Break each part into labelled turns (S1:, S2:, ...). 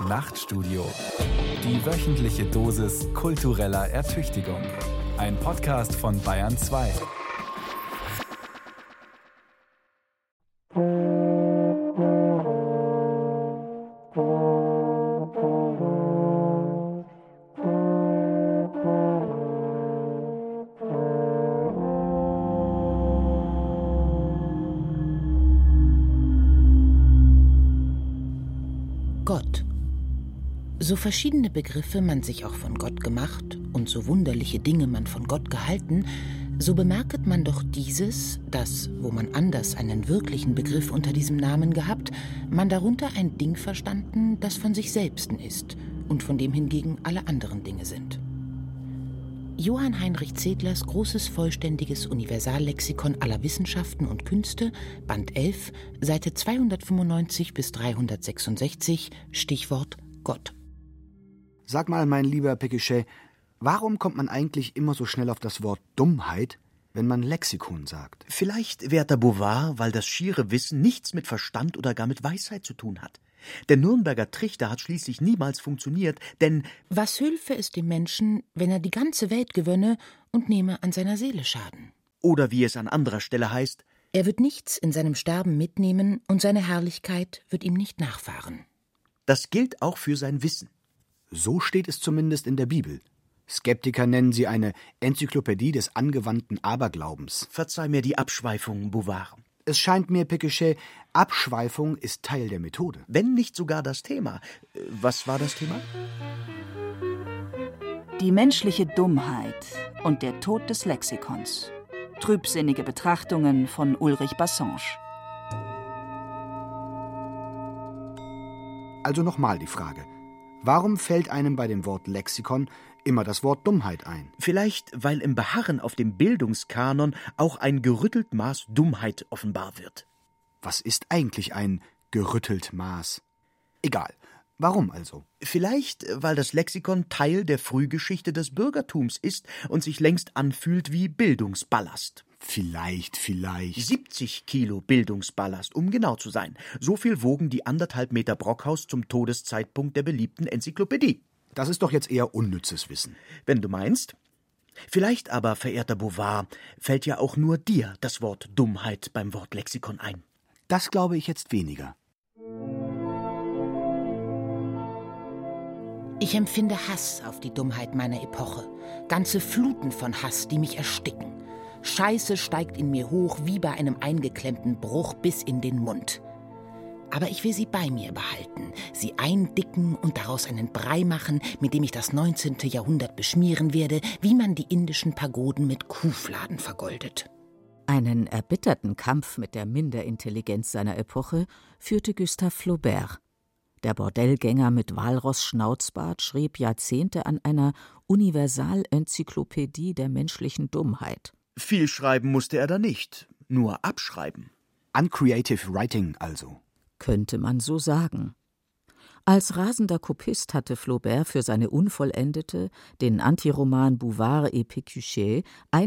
S1: Nachtstudio. Die wöchentliche Dosis kultureller Ertüchtigung. Ein Podcast von Bayern 2.
S2: Gott. So verschiedene Begriffe man sich auch von Gott gemacht und so wunderliche Dinge man von Gott gehalten, so bemerket man doch dieses, dass, wo man anders einen wirklichen Begriff unter diesem Namen gehabt, man darunter ein Ding verstanden, das von sich selbsten ist und von dem hingegen alle anderen Dinge sind. Johann Heinrich Zedlers großes vollständiges Universallexikon aller Wissenschaften und Künste, Band 11, Seite 295 bis 366, Stichwort Gott.
S3: Sag mal, mein lieber Pécuchet, warum kommt man eigentlich immer so schnell auf das Wort Dummheit, wenn man Lexikon sagt?
S4: Vielleicht, werter Beauvoir, weil das schiere Wissen nichts mit Verstand oder gar mit Weisheit zu tun hat. Der Nürnberger Trichter hat schließlich niemals funktioniert, denn
S2: was hülfe es dem Menschen, wenn er die ganze Welt gewönne und nehme an seiner Seele Schaden?
S4: Oder wie es an anderer Stelle heißt,
S2: er wird nichts in seinem Sterben mitnehmen und seine Herrlichkeit wird ihm nicht nachfahren.
S4: Das gilt auch für sein Wissen.
S3: So steht es zumindest in der Bibel. Skeptiker nennen sie eine Enzyklopädie des angewandten Aberglaubens.
S4: Verzeih mir die Abschweifung, Beauvoir.
S3: Es scheint mir, Pécuchet, Abschweifung ist Teil der Methode.
S4: Wenn nicht sogar das Thema. Was war das Thema?
S5: Die menschliche Dummheit und der Tod des Lexikons. Trübsinnige Betrachtungen von Ulrich Bassange.
S3: Also nochmal die Frage. Warum fällt einem bei dem Wort Lexikon immer das Wort Dummheit ein?
S4: Vielleicht, weil im Beharren auf dem Bildungskanon auch ein gerüttelt Maß Dummheit offenbar wird.
S3: Was ist eigentlich ein gerüttelt Maß? Egal. Warum also?
S4: Vielleicht, weil das Lexikon Teil der Frühgeschichte des Bürgertums ist und sich längst anfühlt wie Bildungsballast.
S3: Vielleicht.
S4: 70 Kilo Bildungsballast, um genau zu sein. So viel wogen die 1,5 Meter Brockhaus zum Todeszeitpunkt der beliebten Enzyklopädie.
S3: Das ist doch jetzt eher unnützes Wissen.
S4: Wenn du meinst. Vielleicht aber, verehrter Beauvoir, fällt ja auch nur dir das Wort Dummheit beim Wort Lexikon ein.
S3: Das glaube ich jetzt weniger.
S2: Ich empfinde Hass auf die Dummheit meiner Epoche. Ganze Fluten von Hass, die mich ersticken. Scheiße steigt in mir hoch wie bei einem eingeklemmten Bruch bis in den Mund. Aber ich will sie bei mir behalten, sie eindicken und daraus einen Brei machen, mit dem ich das 19. Jahrhundert beschmieren werde, wie man die indischen Pagoden mit Kuhfladen vergoldet.
S6: Einen erbitterten Kampf mit der Minderintelligenz seiner Epoche führte Gustave Flaubert. Der Bordellgänger mit Walross-Schnauzbart schrieb Jahrzehnte an einer Universalenzyklopädie der menschlichen Dummheit.
S4: Viel schreiben musste er da nicht, nur abschreiben.
S3: Uncreative Writing also.
S6: Könnte man so sagen. Als rasender Kopist hatte Flaubert für seine unvollendete, den Antiroman Bouvard et Pécuchet,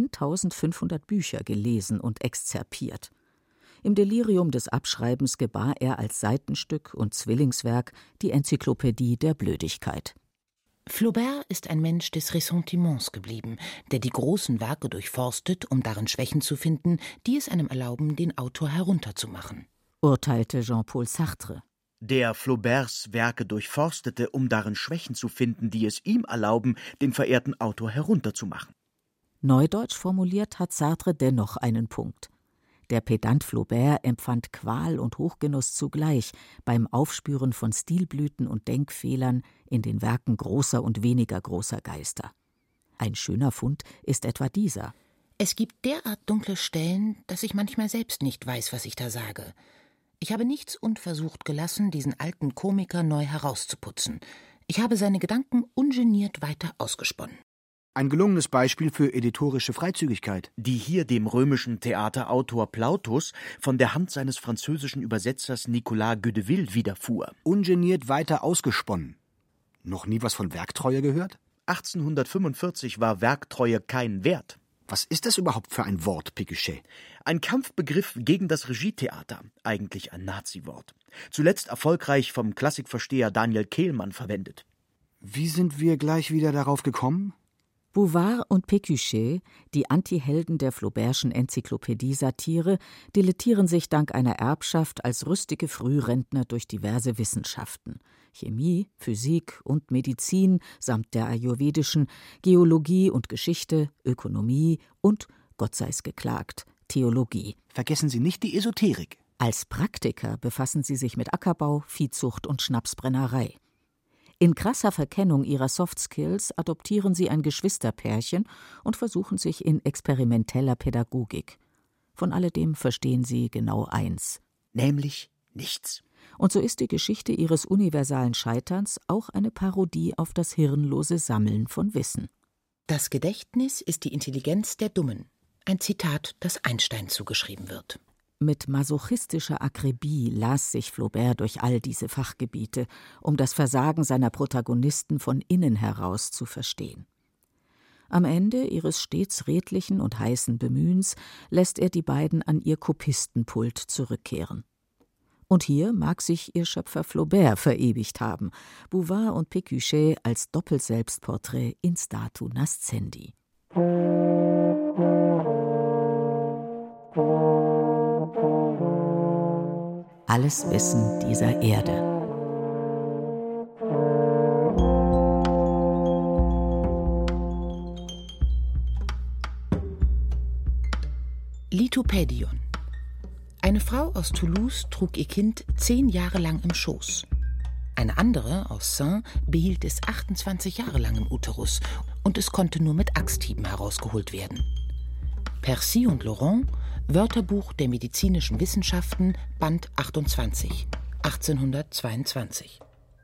S6: 1500 Bücher gelesen und exzerpiert. Im Delirium des Abschreibens gebar er als Seitenstück und Zwillingswerk die Enzyklopädie der Blödigkeit.
S2: Flaubert ist ein Mensch des Ressentiments geblieben, der die großen Werke durchforstet, um darin Schwächen zu finden, die es einem erlauben, den Autor herunterzumachen.
S6: Urteilte Jean-Paul Sartre.
S4: Der Flauberts Werke durchforstete, um darin Schwächen zu finden, die es ihm erlauben, den verehrten Autor herunterzumachen.
S6: Neudeutsch formuliert hat Sartre dennoch einen Punkt. Der Pedant Flaubert empfand Qual und Hochgenuss zugleich beim Aufspüren von Stilblüten und Denkfehlern in den Werken großer und weniger großer Geister. Ein schöner Fund ist etwa dieser.
S2: Es gibt derart dunkle Stellen, dass ich manchmal selbst nicht weiß, was ich da sage. Ich habe nichts unversucht gelassen, diesen alten Komiker neu herauszuputzen. Ich habe seine Gedanken ungeniert weiter ausgesponnen.
S3: Ein gelungenes Beispiel für editorische Freizügigkeit.
S4: Die hier dem römischen Theaterautor Plautus von der Hand seines französischen Übersetzers Nicolas Guedeville widerfuhr.
S3: Ungeniert weiter ausgesponnen. Noch nie was von Werktreue gehört?
S4: 1845 war Werktreue kein Wert.
S3: Was ist das überhaupt für ein Wort, Pécuchet?
S4: Ein Kampfbegriff gegen das Regietheater, eigentlich ein Nazi-Wort. Zuletzt erfolgreich vom Klassikversteher Daniel Kehlmann verwendet.
S3: Wie sind wir gleich wieder darauf gekommen?
S6: Bouvard und Pécuchet, die Antihelden der Flaubertschen Enzyklopädie-Satire, dilettieren sich dank einer Erbschaft als rüstige Frührentner durch diverse Wissenschaften. Chemie, Physik und Medizin samt der ayurvedischen, Geologie und Geschichte, Ökonomie und, Gott sei's geklagt, Theologie.
S3: Vergessen Sie nicht die Esoterik.
S6: Als Praktiker befassen sie sich mit Ackerbau, Viehzucht und Schnapsbrennerei. In krasser Verkennung ihrer Soft-Skills adoptieren sie ein Geschwisterpärchen und versuchen sich in experimenteller Pädagogik. Von alledem verstehen sie genau eins:
S4: Nämlich nichts.
S6: Und so ist die Geschichte ihres universalen Scheiterns auch eine Parodie auf das hirnlose Sammeln von Wissen.
S2: Das Gedächtnis ist die Intelligenz der Dummen. Ein Zitat, das Einstein zugeschrieben wird.
S6: Mit masochistischer Akribie las sich Flaubert durch all diese Fachgebiete, um das Versagen seiner Protagonisten von innen heraus zu verstehen. Am Ende ihres stets redlichen und heißen Bemühens lässt er die beiden an ihr Kopistenpult zurückkehren. Und hier mag sich ihr Schöpfer Flaubert verewigt haben, Bouvard und Pécuchet als Doppelselbstporträt in statu nascendi. Alles Wissen dieser Erde.
S2: Lithopädion. Eine Frau aus Toulouse trug ihr Kind 10 Jahre lang im Schoß. Eine andere aus Saint behielt es 28 Jahre lang im Uterus und es konnte nur mit Axthieben herausgeholt werden. Percy und Laurent, Wörterbuch der medizinischen Wissenschaften, Band 28, 1822.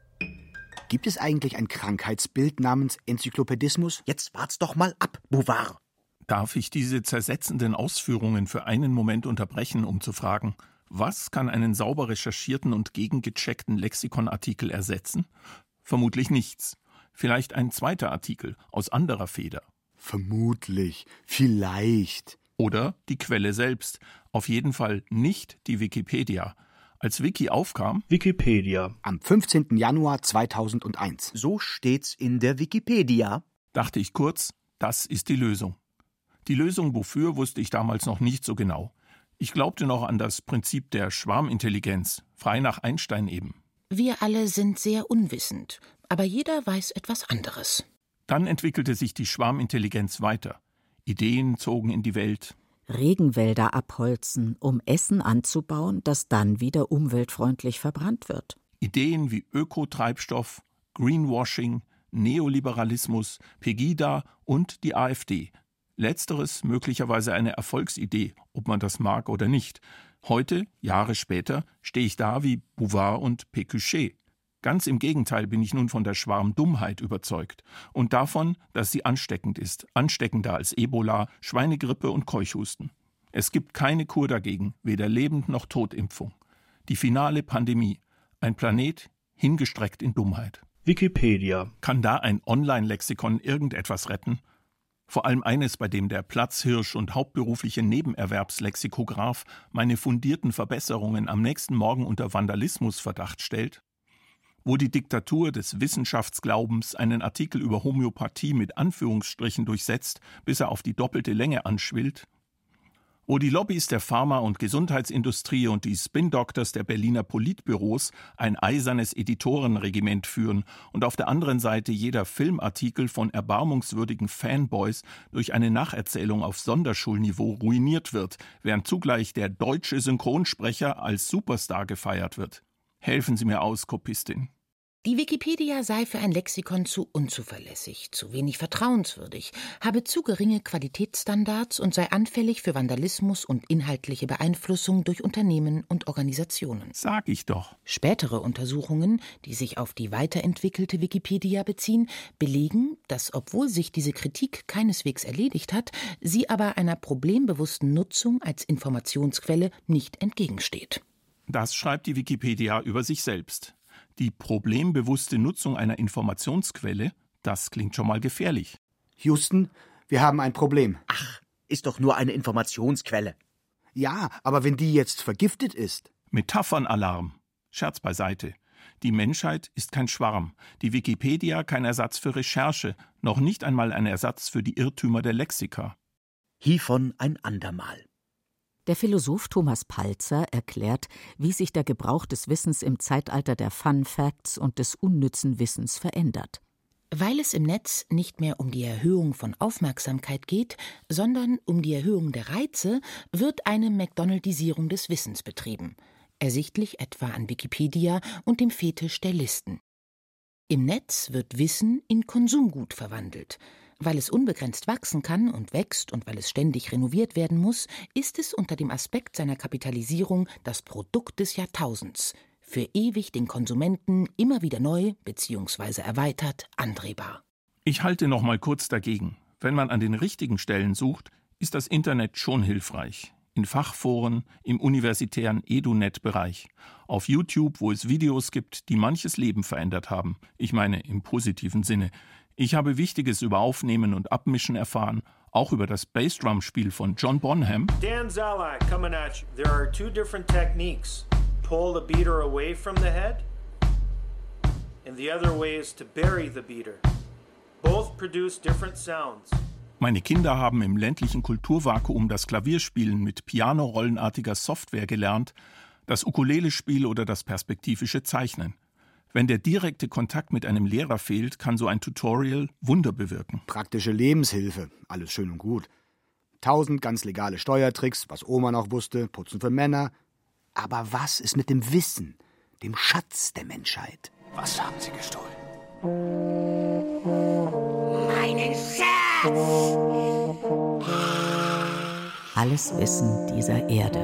S3: Gibt es eigentlich ein Krankheitsbild namens Enzyklopädismus?
S4: Jetzt wart's doch mal ab, Bouvard.
S7: Darf ich diese zersetzenden Ausführungen für einen Moment unterbrechen, um zu fragen, was kann einen sauber recherchierten und gegengecheckten Lexikonartikel ersetzen? Vermutlich nichts. Vielleicht ein zweiter Artikel aus anderer Feder.
S3: Vermutlich, vielleicht.
S7: Oder die Quelle selbst. Auf jeden Fall nicht die Wikipedia. Als Wiki aufkam,
S8: Wikipedia.
S3: Am 15. Januar 2001.
S4: So steht's in der Wikipedia.
S7: dachte ich kurz, das ist die Lösung. Die Lösung wofür, wusste ich damals noch nicht so genau. Ich glaubte noch an das Prinzip der Schwarmintelligenz, frei nach Einstein eben.
S2: Wir alle sind sehr unwissend, aber jeder weiß etwas anderes.
S7: Dann entwickelte sich die Schwarmintelligenz weiter. Ideen zogen in die Welt.
S6: Regenwälder abholzen, um Essen anzubauen, das dann wieder umweltfreundlich verbrannt wird.
S7: Ideen wie Ökotreibstoff, Greenwashing, Neoliberalismus, Pegida und die AfD. Letzteres möglicherweise eine Erfolgsidee, ob man das mag oder nicht. Heute, Jahre später, stehe ich da wie Bouvard und Pécuchet. Ganz im Gegenteil bin ich nun von der Schwarmdummheit überzeugt und davon, dass sie ansteckend ist, ansteckender als Ebola, Schweinegrippe und Keuchhusten. Es gibt keine Kur dagegen, weder Lebend- noch Totimpfung. Die finale Pandemie, ein Planet hingestreckt in Dummheit.
S8: Wikipedia.
S7: Kann da ein Online-Lexikon irgendetwas retten? Vor allem eines, bei dem der Platzhirsch und hauptberufliche Nebenerwerbslexikograph meine fundierten Verbesserungen am nächsten Morgen unter Vandalismusverdacht stellt? Wo die Diktatur des Wissenschaftsglaubens einen Artikel über Homöopathie mit Anführungsstrichen durchsetzt, bis er auf die doppelte Länge anschwillt? Wo die Lobbys der Pharma- und Gesundheitsindustrie und die Spin-Doctors der Berliner Politbüros ein eisernes Editorenregiment führen und auf der anderen Seite jeder Filmartikel von erbarmungswürdigen Fanboys durch eine Nacherzählung auf Sonderschulniveau ruiniert wird, während zugleich der deutsche Synchronsprecher als Superstar gefeiert wird. Helfen Sie mir aus, Kopistin.
S2: Die Wikipedia sei für ein Lexikon zu unzuverlässig, zu wenig vertrauenswürdig, habe zu geringe Qualitätsstandards und sei anfällig für Vandalismus und inhaltliche Beeinflussung durch Unternehmen und Organisationen.
S7: Sag ich doch.
S2: Spätere Untersuchungen, die sich auf die weiterentwickelte Wikipedia beziehen, belegen, dass, obwohl sich diese Kritik keineswegs erledigt hat, sie aber einer problembewussten Nutzung als Informationsquelle nicht entgegensteht.
S7: Das schreibt die Wikipedia über sich selbst. Die problembewusste Nutzung einer Informationsquelle, das klingt schon mal gefährlich.
S3: Houston, wir haben ein Problem.
S4: Ach, ist doch nur eine Informationsquelle.
S3: Ja, aber wenn die jetzt vergiftet ist.
S7: Metaphernalarm. Scherz beiseite. Die Menschheit ist kein Schwarm, die Wikipedia kein Ersatz für Recherche, noch nicht einmal ein Ersatz für die Irrtümer der Lexika.
S4: Hievon ein andermal.
S6: Der Philosoph Thomas Palzer erklärt, wie sich der Gebrauch des Wissens im Zeitalter der Fun Facts und des unnützen Wissens verändert.
S2: Weil es im Netz nicht mehr um die Erhöhung von Aufmerksamkeit geht, sondern um die Erhöhung der Reize, wird eine McDonaldisierung des Wissens betrieben. Ersichtlich etwa an Wikipedia und dem Fetisch der Listen. Im Netz wird Wissen in Konsumgut verwandelt. Weil es unbegrenzt wachsen kann und wächst und weil es ständig renoviert werden muss, ist es unter dem Aspekt seiner Kapitalisierung das Produkt des Jahrtausends, für ewig den Konsumenten immer wieder neu bzw. erweitert andrehbar.
S7: Ich halte noch mal kurz dagegen. Wenn man an den richtigen Stellen sucht, ist das Internet schon hilfreich. In Fachforen, im universitären EduNet-Bereich, auf YouTube, wo es Videos gibt, die manches Leben verändert haben. Ich meine im positiven Sinne. Ich habe Wichtiges über Aufnehmen und Abmischen erfahren, auch über das Bassdrum-Spiel von John Bonham.
S9: Dan Zalak coming at you. There are 2 different techniques. Pull the beater away from the head, and the other way is to bury the beater. Both produce different sounds.
S7: Meine Kinder haben im ländlichen Kulturvakuum das Klavierspielen mit pianorollenartiger Software gelernt, das Ukulelespiel oder das perspektivische Zeichnen. Wenn der direkte Kontakt mit einem Lehrer fehlt, kann so ein Tutorial Wunder bewirken.
S3: Praktische Lebenshilfe, alles schön und gut. 1000 ganz legale Steuertricks, was Oma noch wusste, Putzen für Männer. Aber was ist mit dem Wissen, dem Schatz der Menschheit?
S1: Was haben Sie gestohlen?
S2: Meinen Schatz!
S6: Alles Wissen dieser Erde.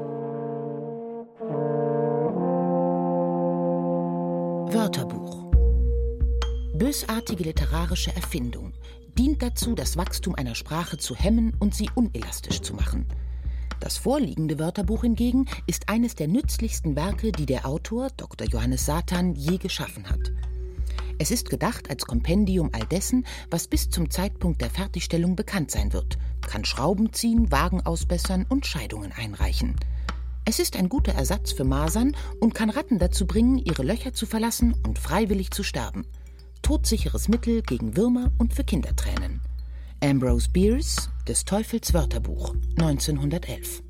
S2: Wörterbuch. Bösartige literarische Erfindung. Dient dazu, das Wachstum einer Sprache zu hemmen und sie unelastisch zu machen. Das vorliegende Wörterbuch hingegen ist eines der nützlichsten Werke, die der Autor, Dr. Johannes Satan, je geschaffen hat. Es ist gedacht als Kompendium all dessen, was bis zum Zeitpunkt der Fertigstellung bekannt sein wird, kann Schrauben ziehen, Wagen ausbessern und Scheidungen einreichen. Es ist ein guter Ersatz für Masern und kann Ratten dazu bringen, ihre Löcher zu verlassen und freiwillig zu sterben. Todsicheres Mittel gegen Würmer und für Kindertränen. Ambrose Bierce, des Teufels Wörterbuch, 1911.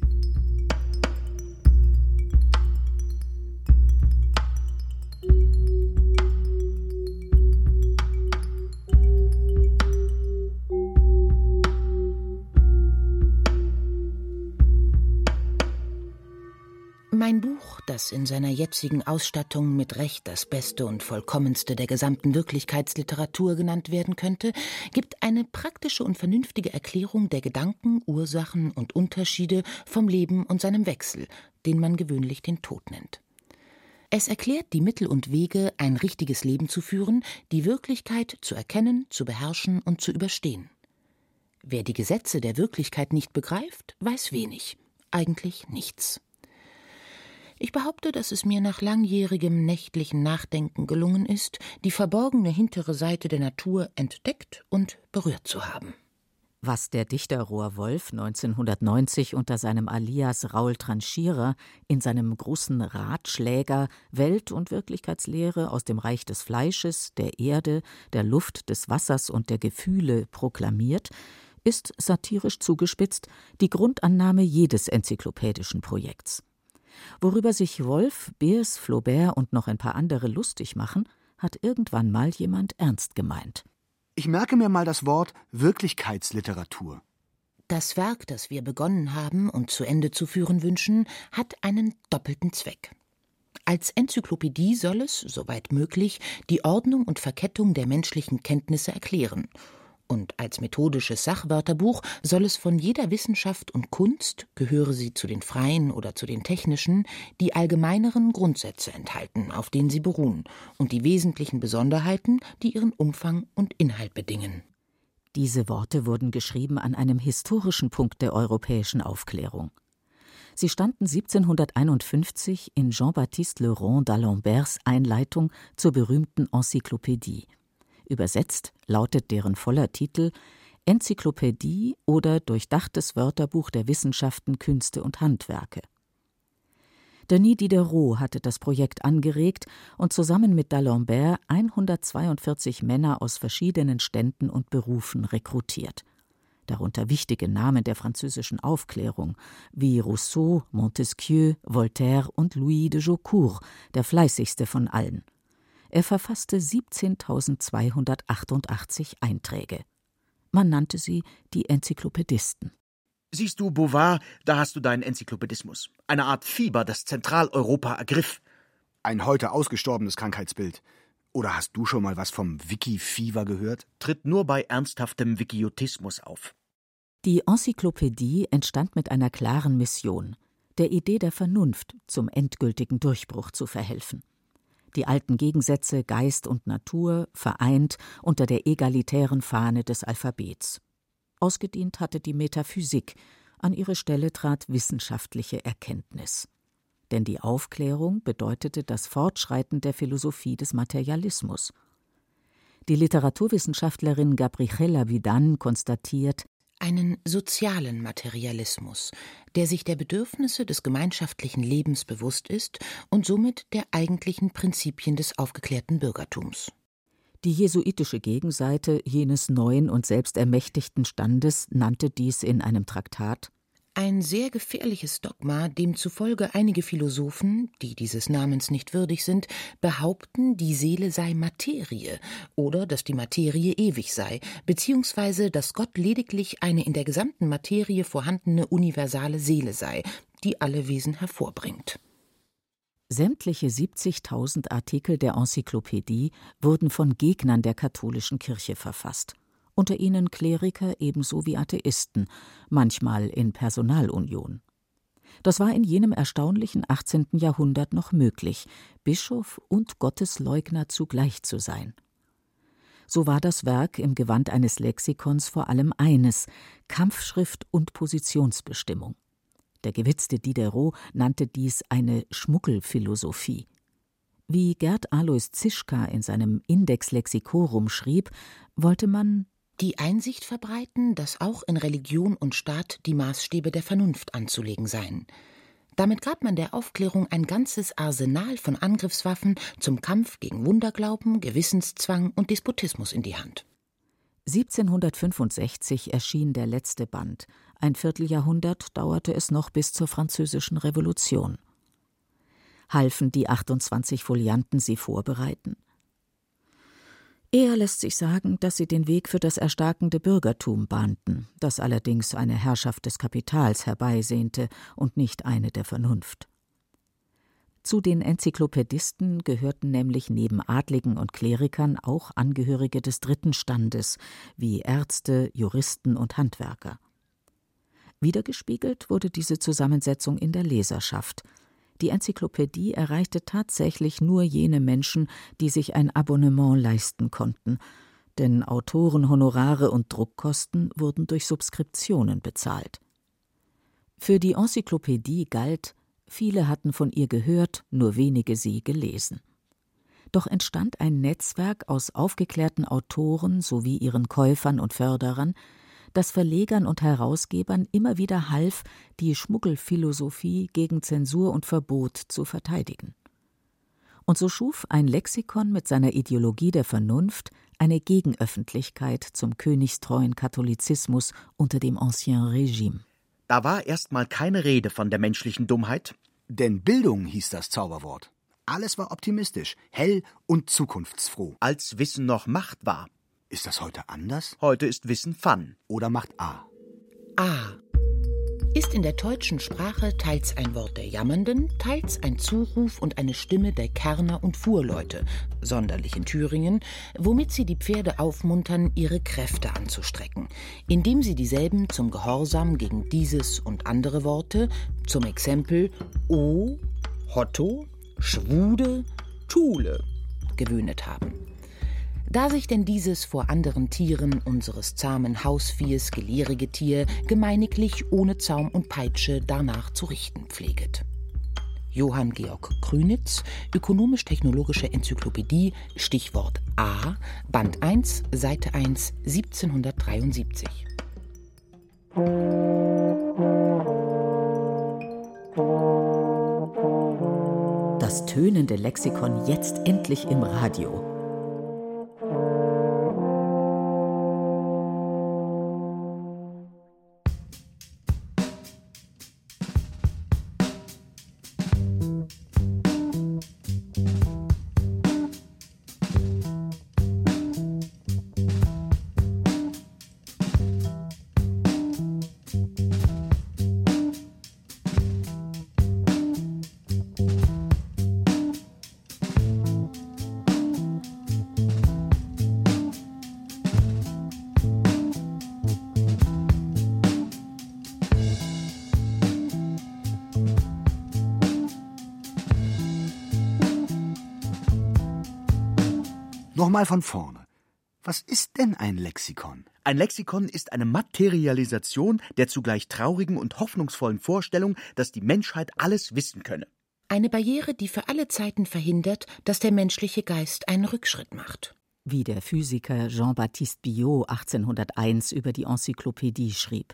S2: Mein Buch, das in seiner jetzigen Ausstattung mit Recht das Beste und Vollkommenste der gesamten Wirklichkeitsliteratur genannt werden könnte, gibt eine praktische und vernünftige Erklärung der Gedanken, Ursachen und Unterschiede vom Leben und seinem Wechsel, den man gewöhnlich den Tod nennt. Es erklärt die Mittel und Wege, ein richtiges Leben zu führen, die Wirklichkeit zu erkennen, zu beherrschen und zu überstehen. Wer die Gesetze der Wirklichkeit nicht begreift, weiß wenig, eigentlich nichts. Ich behaupte, dass es mir nach langjährigem nächtlichen Nachdenken gelungen ist, die verborgene hintere Seite der Natur entdeckt und berührt zu haben.
S6: Was der Dichter Roar Wolf 1990 unter seinem Alias Raoul Tranchierer in seinem großen Ratschläger Welt- und Wirklichkeitslehre aus dem Reich des Fleisches, der Erde, der Luft, des Wassers und der Gefühle proklamiert, ist satirisch zugespitzt die Grundannahme jedes enzyklopädischen Projekts. Worüber sich Wolf, Bierce, Flaubert und noch ein paar andere lustig machen, hat irgendwann mal jemand ernst gemeint.
S3: Ich merke mir mal das Wort Wirklichkeitsliteratur.
S2: Das Werk, das wir begonnen haben und zu Ende zu führen wünschen, hat einen doppelten Zweck. Als Enzyklopädie soll es, soweit möglich, die Ordnung und Verkettung der menschlichen Kenntnisse erklären. Und als methodisches Sachwörterbuch soll es von jeder Wissenschaft und Kunst, gehöre sie zu den freien oder zu den technischen, die allgemeineren Grundsätze enthalten, auf denen sie beruhen, und die wesentlichen Besonderheiten, die ihren Umfang und Inhalt bedingen.
S6: Diese Worte wurden geschrieben an einem historischen Punkt der europäischen Aufklärung. Sie standen 1751 in Jean-Baptiste Le Rond d'Alemberts Einleitung zur berühmten Enzyklopädie. Übersetzt lautet deren voller Titel Enzyklopädie oder Durchdachtes Wörterbuch der Wissenschaften, Künste und Handwerke. Denis Diderot hatte das Projekt angeregt und zusammen mit d'Alembert 142 Männer aus verschiedenen Ständen und Berufen rekrutiert. Darunter wichtige Namen der französischen Aufklärung wie Rousseau, Montesquieu, Voltaire und Louis de Jaucourt, der fleißigste von allen. Er verfasste 17.288 Einträge. Man nannte sie die Enzyklopädisten.
S4: Siehst du, Bouvard, da hast du deinen Enzyklopädismus. Eine Art Fieber, das Zentraleuropa ergriff.
S3: Ein heute ausgestorbenes Krankheitsbild. Oder hast du schon mal was vom Wiki-Fieber gehört?
S4: Tritt nur bei ernsthaftem Wikiotismus auf.
S6: Die Enzyklopädie entstand mit einer klaren Mission, der Idee der Vernunft zum endgültigen Durchbruch zu verhelfen. Die alten Gegensätze Geist und Natur vereint unter der egalitären Fahne des Alphabets. Ausgedient hatte die Metaphysik, an ihre Stelle trat wissenschaftliche Erkenntnis. Denn die Aufklärung bedeutete das Fortschreiten der Philosophie des Materialismus. Die Literaturwissenschaftlerin Gabriela Vidan konstatiert:
S2: einen sozialen Materialismus, der sich der Bedürfnisse des gemeinschaftlichen Lebens bewusst ist und somit der eigentlichen Prinzipien des aufgeklärten Bürgertums.
S6: Die jesuitische Gegenseite jenes neuen und selbstermächtigten Standes nannte dies in einem Traktat: ein sehr gefährliches Dogma, demzufolge einige Philosophen, die dieses Namens nicht würdig sind, behaupten, die Seele sei Materie oder dass die Materie ewig sei, beziehungsweise dass Gott lediglich eine in der gesamten Materie vorhandene universale Seele sei, die alle Wesen hervorbringt. Sämtliche 70.000 Artikel der Enzyklopädie wurden von Gegnern der katholischen Kirche verfasst. Unter ihnen Kleriker ebenso wie Atheisten, manchmal in Personalunion. Das war in jenem erstaunlichen 18. Jahrhundert noch möglich, Bischof und Gottesleugner zugleich zu sein. So war das Werk im Gewand eines Lexikons vor allem eines: Kampfschrift und Positionsbestimmung. Der gewitzte Diderot nannte dies eine Schmuggelphilosophie. Wie Gerd Alois Zischka in seinem Index Lexicorum schrieb, wollte man die Einsicht verbreiten, dass auch in Religion und Staat die Maßstäbe der Vernunft anzulegen seien. Damit gab man der Aufklärung ein ganzes Arsenal von Angriffswaffen zum Kampf gegen Wunderglauben, Gewissenszwang und Despotismus in die Hand. 1765 erschien der letzte Band. Ein Vierteljahrhundert dauerte es noch bis zur Französischen Revolution. Halfen die 28 Folianten sie vorbereiten? Eher lässt sich sagen, dass sie den Weg für das erstarkende Bürgertum bahnten, das allerdings eine Herrschaft des Kapitals herbeisehnte und nicht eine der Vernunft. Zu den Enzyklopädisten gehörten nämlich neben Adligen und Klerikern auch Angehörige des dritten Standes, wie Ärzte, Juristen und Handwerker. Wiedergespiegelt wurde diese Zusammensetzung in der Leserschaft. Die Enzyklopädie erreichte tatsächlich nur jene Menschen, die sich ein Abonnement leisten konnten, denn Autorenhonorare und Druckkosten wurden durch Subskriptionen bezahlt. Für die Enzyklopädie galt: viele hatten von ihr gehört, nur wenige sie gelesen. Doch entstand ein Netzwerk aus aufgeklärten Autoren sowie ihren Käufern und Förderern, das Verlegern und Herausgebern immer wieder half, die Schmuggelphilosophie gegen Zensur und Verbot zu verteidigen. Und so schuf ein Lexikon mit seiner Ideologie der Vernunft eine Gegenöffentlichkeit zum königstreuen Katholizismus unter dem Ancien Régime.
S4: Da war erstmal keine Rede von der menschlichen Dummheit.
S3: Denn Bildung hieß das Zauberwort. Alles war optimistisch, hell und zukunftsfroh.
S4: Als Wissen noch Macht war.
S3: Ist das heute anders?
S4: Heute ist Wissen Fun.
S3: Oder macht A.
S2: A ist in der deutschen Sprache teils ein Wort der Jammernden, teils ein Zuruf und eine Stimme der Kärrner und Fuhrleute, sonderlich in Thüringen, womit sie die Pferde aufmuntern, ihre Kräfte anzustrecken, indem sie dieselben zum Gehorsam gegen dieses und andere Worte, zum Exempel O, Hotto, Schwude, Thule, gewöhnet haben. Da sich denn dieses vor anderen Tieren unseres zahmen Hausviehes gelehrige Tier gemeiniglich ohne Zaum und Peitsche danach zu richten pfleget. Johann Georg Krünitz, Ökonomisch-Technologische Enzyklopädie, Stichwort A, Band 1, Seite 1, 1773.
S6: Das tönende Lexikon jetzt endlich im Radio.
S3: Nochmal von vorne. Was ist denn ein Lexikon?
S4: Ein Lexikon ist eine Materialisation der zugleich traurigen und hoffnungsvollen Vorstellung, dass die Menschheit alles wissen könne.
S2: Eine Barriere, die für alle Zeiten verhindert, dass der menschliche Geist einen Rückschritt macht.
S6: Wie der Physiker Jean-Baptiste Biot 1801 über die Enzyklopädie schrieb.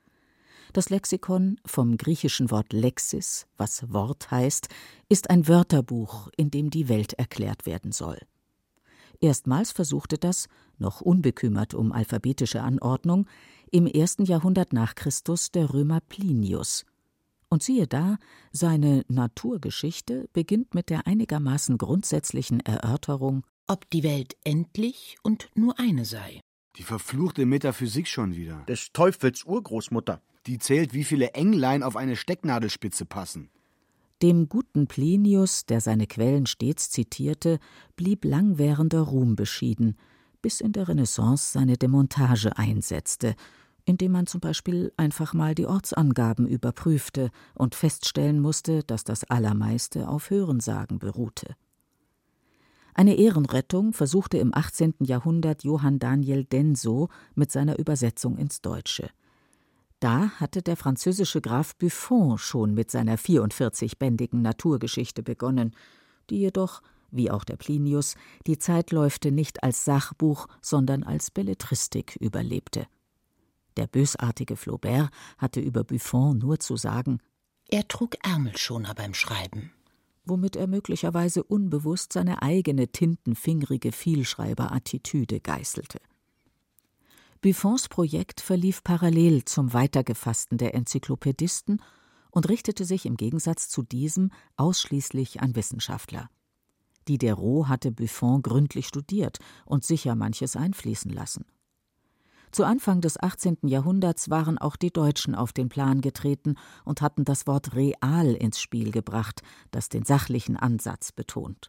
S6: Das Lexikon, vom griechischen Wort Lexis, was Wort heißt, ist ein Wörterbuch, in dem die Welt erklärt werden soll. Erstmals versuchte das, noch unbekümmert um alphabetische Anordnung, im 1. Jahrhundert nach Christus der Römer Plinius. Und siehe da, seine Naturgeschichte beginnt mit der einigermaßen grundsätzlichen Erörterung,
S2: ob die Welt endlich und nur eine sei.
S3: Die verfluchte Metaphysik schon wieder.
S4: Des Teufels Urgroßmutter.
S3: Die zählt, wie viele Englein auf eine Stecknadelspitze passen.
S6: Dem guten Plinius, der seine Quellen stets zitierte, blieb langwährender Ruhm beschieden, bis in der Renaissance seine Demontage einsetzte, indem man zum Beispiel einfach mal die Ortsangaben überprüfte und feststellen musste, dass das Allermeiste auf Hörensagen beruhte. Eine Ehrenrettung versuchte im 18. Jahrhundert Johann Daniel Denso mit seiner Übersetzung ins Deutsche. Da hatte der französische Graf Buffon schon mit seiner 44-bändigen Naturgeschichte begonnen, die jedoch, wie auch der Plinius, die Zeitläufte nicht als Sachbuch, sondern als Belletristik überlebte. Der bösartige Flaubert hatte über Buffon nur zu sagen:
S2: Er trug Ärmelschoner beim Schreiben,
S6: womit er möglicherweise unbewusst seine eigene tintenfingrige Vielschreiberattitüde geißelte. Buffons Projekt verlief parallel zum Weitergefassten der Enzyklopädisten und richtete sich im Gegensatz zu diesem ausschließlich an Wissenschaftler. Diderot hatte Buffon gründlich studiert und sicher manches einfließen lassen. Zu Anfang des 18. Jahrhunderts waren auch die Deutschen auf den Plan getreten und hatten das Wort real ins Spiel gebracht, das den sachlichen Ansatz betont.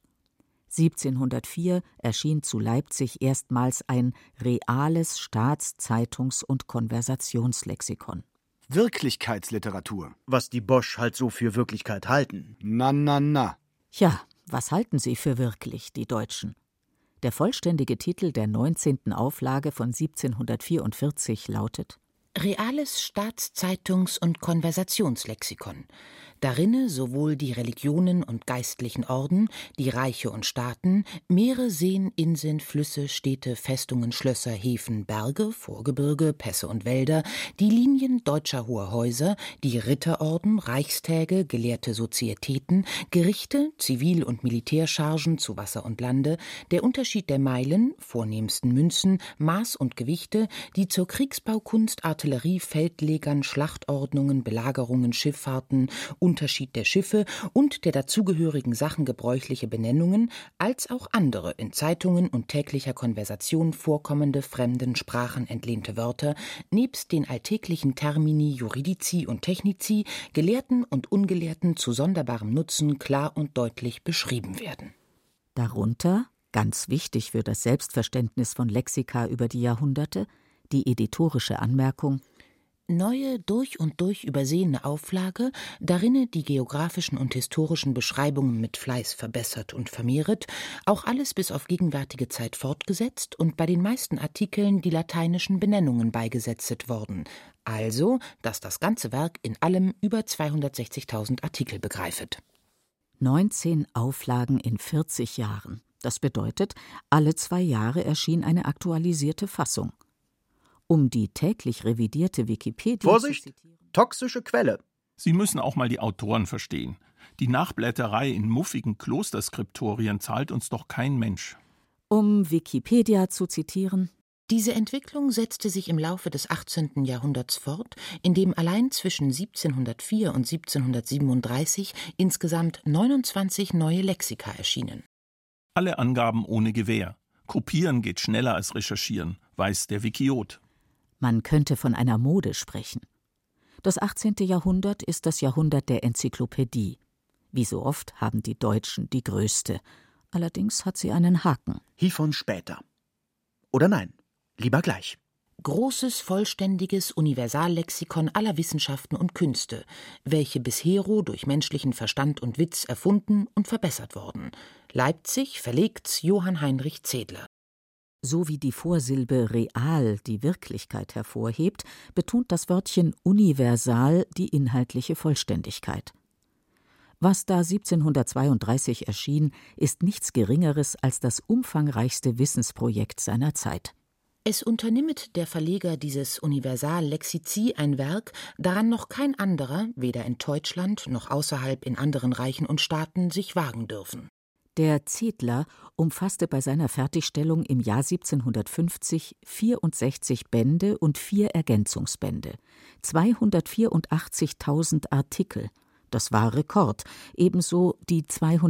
S6: 1704 erschien zu Leipzig erstmals ein reales Staats-, Zeitungs- und Konversationslexikon.
S3: Wirklichkeitsliteratur.
S4: Was die Bosch halt so für Wirklichkeit halten.
S3: Na.
S6: Ja, was halten sie für wirklich, die Deutschen? Der vollständige Titel der 19. Auflage von 1744 lautet:
S2: Reales Staats-, Zeitungs- und Konversationslexikon. Darinne sowohl die Religionen und geistlichen Orden, die Reiche und Staaten, Meere, Seen, Inseln, Flüsse, Städte, Festungen, Schlösser, Häfen, Berge, Vorgebirge, Pässe und Wälder, die Linien deutscher hoher Häuser, die Ritterorden, Reichstäge, gelehrte Sozietäten, Gerichte, Zivil- und Militärchargen zu Wasser und Lande, der Unterschied der Meilen, vornehmsten Münzen, Maß und Gewichte, die zur Kriegsbaukunst, Artillerie, Feldlegern, Schlachtordnungen, Belagerungen, Schifffahrten, Unterschied der Schiffe und der dazugehörigen Sachen gebräuchliche Benennungen, als auch andere in Zeitungen und täglicher Konversation vorkommende fremden Sprachen entlehnte Wörter, nebst den alltäglichen Termini Juridici und Technici, Gelehrten und Ungelehrten zu sonderbarem Nutzen klar und deutlich beschrieben werden.
S6: Darunter, ganz wichtig für das Selbstverständnis von Lexika über die Jahrhunderte, die editorische Anmerkung:
S2: Neue, durch und durch übersehene Auflage, darinne die geografischen und historischen Beschreibungen mit Fleiß verbessert und vermehret, auch alles bis auf gegenwärtige Zeit fortgesetzt und bei den meisten Artikeln die lateinischen Benennungen beigesetzt worden, also, dass das ganze Werk in allem über 260.000 Artikel begreifet.
S6: 19 Auflagen in 40 Jahren. Das bedeutet, alle 2 Jahre erschien eine aktualisierte Fassung. Um die täglich revidierte Wikipedia
S4: Vorsicht! Toxische Quelle.
S7: Sie müssen auch mal die Autoren verstehen. Die Nachblätterei in muffigen Klosterskriptorien zahlt uns doch kein Mensch.
S6: Um Wikipedia zu zitieren:
S2: Diese Entwicklung setzte sich im Laufe des 18. Jahrhunderts fort, indem allein zwischen 1704 und 1737 insgesamt 29 neue Lexika erschienen.
S7: Alle Angaben ohne Gewähr. Kopieren geht schneller als recherchieren, weiß der Wikiot.
S6: Man könnte von einer Mode sprechen. Das 18. Jahrhundert ist das Jahrhundert der Enzyklopädie. Wie so oft haben die Deutschen die größte. Allerdings hat sie einen Haken.
S4: Hievon später. Oder nein, lieber gleich.
S2: Großes, vollständiges Universallexikon aller Wissenschaften und Künste, welche bishero durch menschlichen Verstand und Witz erfunden und verbessert worden. Leipzig verlegt's Johann Heinrich Zedler.
S6: So wie die Vorsilbe real die Wirklichkeit hervorhebt, betont das Wörtchen universal die inhaltliche Vollständigkeit. Was da 1732 erschien, ist nichts Geringeres als das umfangreichste Wissensprojekt seiner Zeit.
S2: Es unternimmt der Verleger dieses Universal-Lexici ein Werk, daran noch kein anderer, weder in Deutschland noch außerhalb in anderen Reichen und Staaten, sich wagen dürfen.
S6: Der Zedler umfasste bei seiner Fertigstellung im Jahr 1750 64 Bände und 4 Ergänzungsbände, 284.000 Artikel. Das war Rekord, ebenso die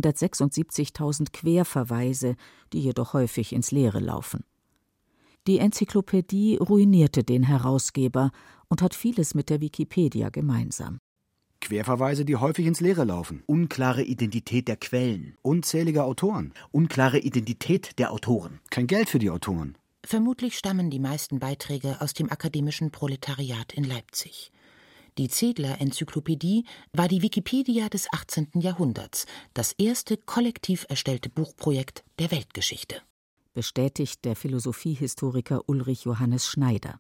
S6: 276.000 Querverweise, die jedoch häufig ins Leere laufen. Die Enzyklopädie ruinierte den Herausgeber und hat vieles mit der Wikipedia gemeinsam.
S3: Querverweise, die häufig ins Leere laufen.
S4: Unklare Identität der Quellen.
S3: Unzählige Autoren.
S4: Unklare Identität der Autoren.
S3: Kein Geld für die Autoren.
S2: Vermutlich stammen die meisten Beiträge aus dem akademischen Proletariat in Leipzig. Die Zedler-Enzyklopädie war die Wikipedia des 18. Jahrhunderts, das erste kollektiv erstellte Buchprojekt der Weltgeschichte.
S6: Bestätigt der Philosophiehistoriker Ulrich Johannes Schneider.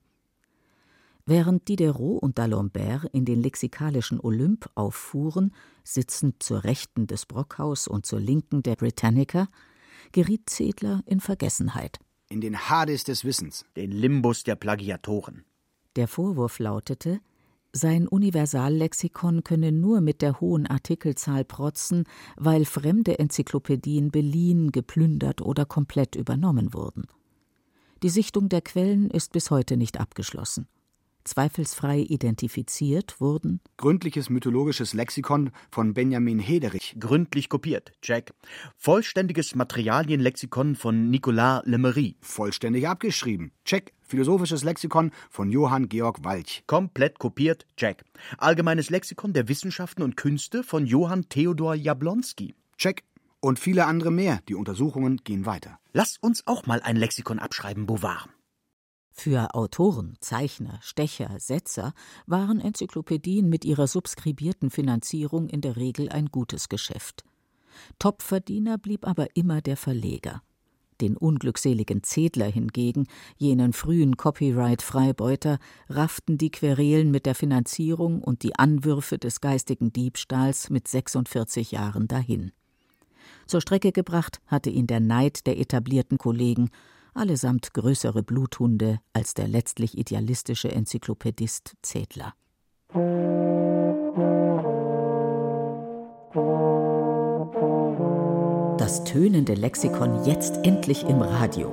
S6: Während Diderot und d'Alembert in den lexikalischen Olymp auffuhren, sitzend zur Rechten des Brockhaus und zur Linken der Britannica, geriet Zedler in Vergessenheit.
S3: In den Hades des Wissens.
S4: Den Limbus der Plagiatoren.
S6: Der Vorwurf lautete, sein Universallexikon könne nur mit der hohen Artikelzahl protzen, weil fremde Enzyklopädien beliehen, geplündert oder komplett übernommen wurden. Die Sichtung der Quellen ist bis heute nicht abgeschlossen. Zweifelsfrei identifiziert wurden:
S3: Gründliches mythologisches Lexikon von Benjamin Hederich.
S4: Gründlich kopiert, check. Vollständiges Materialienlexikon von Nicolas Lemery.
S3: Vollständig abgeschrieben, check. Philosophisches Lexikon von Johann Georg Walch.
S4: Komplett kopiert, check. Allgemeines Lexikon der Wissenschaften und Künste von Johann Theodor Jablonski.
S3: Check. Und viele andere mehr. Die Untersuchungen gehen weiter.
S4: Lass uns auch mal ein Lexikon abschreiben, Beauvoir.
S6: Für Autoren, Zeichner, Stecher, Setzer waren Enzyklopädien mit ihrer subskribierten Finanzierung in der Regel ein gutes Geschäft. Topverdiener blieb aber immer der Verleger. Den unglückseligen Zedler hingegen, jenen frühen Copyright-Freibeuter, rafften die Querelen mit der Finanzierung und die Anwürfe des geistigen Diebstahls mit 46 Jahren dahin. Zur Strecke gebracht hatte ihn der Neid der etablierten Kollegen, allesamt größere Bluthunde als der letztlich idealistische Enzyklopädist Zedler. Das tönende Lexikon jetzt endlich im Radio.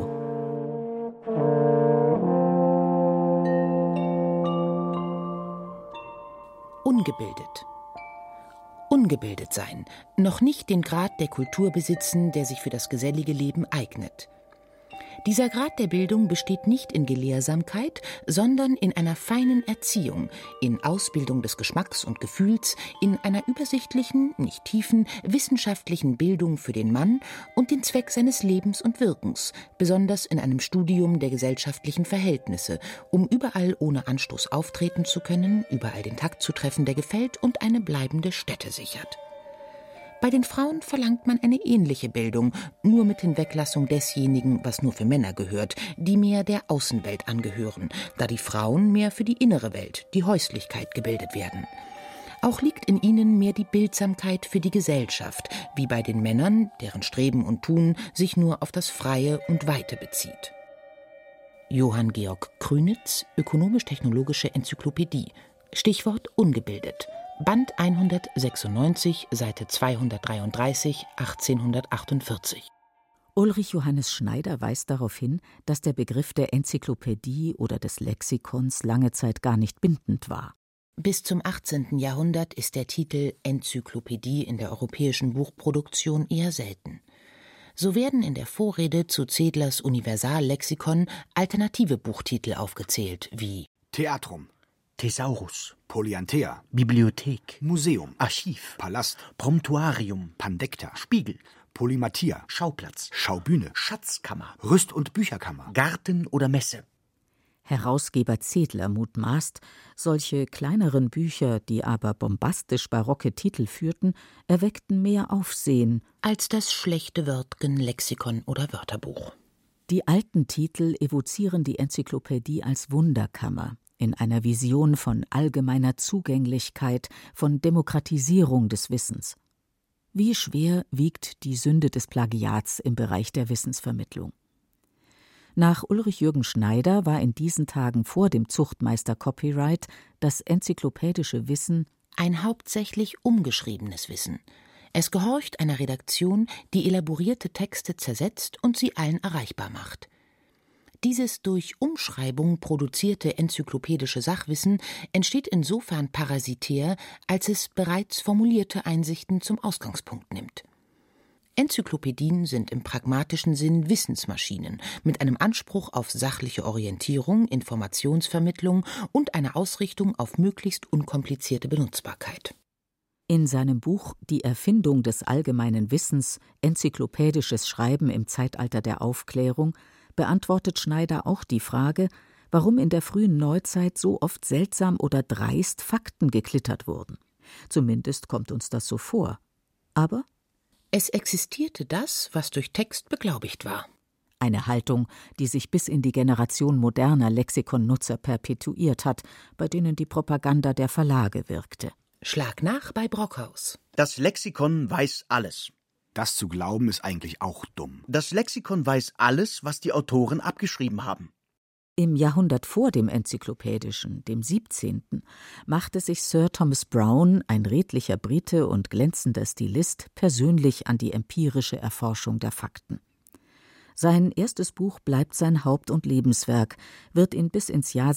S2: Ungebildet. Ungebildet sein, noch nicht den Grad der Kultur besitzen, der sich für das gesellige Leben eignet. Dieser Grad der Bildung besteht nicht in Gelehrsamkeit, sondern in einer feinen Erziehung, in Ausbildung des Geschmacks und Gefühls, in einer übersichtlichen, nicht tiefen, wissenschaftlichen Bildung für den Mann und den Zweck seines Lebens und Wirkens, besonders in einem Studium der gesellschaftlichen Verhältnisse, um überall ohne Anstoß auftreten zu können, überall den Takt zu treffen, der gefällt und eine bleibende Stätte sichert. Bei den Frauen verlangt man eine ähnliche Bildung, nur mit Hinweglassung desjenigen, was nur für Männer gehört, die mehr der Außenwelt angehören, da die Frauen mehr für die innere Welt, die Häuslichkeit, gebildet werden. Auch liegt in ihnen mehr die Bildsamkeit für die Gesellschaft, wie bei den Männern, deren Streben und Tun sich nur auf das Freie und Weite bezieht. Johann Georg Krünitz, Ökonomisch-Technologische Enzyklopädie, Stichwort ungebildet, Band 196, Seite 233, 1848.
S6: Ulrich Johannes Schneider weist darauf hin, dass der Begriff der Enzyklopädie oder des Lexikons lange Zeit gar nicht bindend war.
S2: Bis zum 18. Jahrhundert ist der Titel Enzyklopädie in der europäischen Buchproduktion eher selten. So werden in der Vorrede zu Zedlers Universallexikon alternative Buchtitel aufgezählt, wie
S3: Theatrum,
S4: Thesaurus,
S3: Polyanthea,
S4: Bibliothek,
S3: Museum,
S4: Archiv,
S3: Palast,
S4: Promptuarium,
S3: Pandekta,
S4: Spiegel,
S3: Polymathia,
S4: Schauplatz,
S3: Schaubühne,
S4: Schatzkammer,
S3: Rüst- und Bücherkammer,
S4: Garten oder Messe.
S6: Herausgeber Zedler mutmaßt, solche kleineren Bücher, die aber bombastisch barocke Titel führten, erweckten mehr Aufsehen
S2: als das schlechte Wörtgen, Lexikon oder Wörterbuch.
S6: Die alten Titel evozieren die Enzyklopädie als Wunderkammer, in einer Vision von allgemeiner Zugänglichkeit, von Demokratisierung des Wissens. Wie schwer wiegt die Sünde des Plagiats im Bereich der Wissensvermittlung? Nach Ulrich Jürgen Schneider war in diesen Tagen vor dem Zuchtmeister-Copyright das enzyklopädische Wissen
S2: ein hauptsächlich umgeschriebenes Wissen. Es gehorcht einer Redaktion, die elaborierte Texte zersetzt und sie allen erreichbar macht. Dieses durch Umschreibung produzierte enzyklopädische Sachwissen entsteht insofern parasitär, als es bereits formulierte Einsichten zum Ausgangspunkt nimmt. Enzyklopädien sind im pragmatischen Sinn Wissensmaschinen mit einem Anspruch auf sachliche Orientierung, Informationsvermittlung und eine Ausrichtung auf möglichst unkomplizierte Benutzbarkeit.
S6: In seinem Buch »Die Erfindung des allgemeinen Wissens – Enzyklopädisches Schreiben im Zeitalter der Aufklärung« beantwortet Schneider auch die Frage, warum in der frühen Neuzeit so oft seltsam oder dreist Fakten geklittert wurden. Zumindest kommt uns das so vor. Aber
S2: es existierte das, was durch Text beglaubigt war.
S6: Eine Haltung, die sich bis in die Generation moderner Lexikonnutzer perpetuiert hat, bei denen die Propaganda der Verlage wirkte.
S2: Schlag nach bei Brockhaus.
S4: Das Lexikon weiß alles.
S3: Das zu glauben ist eigentlich auch dumm.
S4: Das Lexikon weiß alles, was die Autoren abgeschrieben haben.
S6: Im Jahrhundert vor dem Enzyklopädischen, dem 17., machte sich Sir Thomas Browne, ein redlicher Brite und glänzender Stilist, persönlich an die empirische Erforschung der Fakten. Sein erstes Buch bleibt sein Haupt- und Lebenswerk, wird ihn bis ins Jahr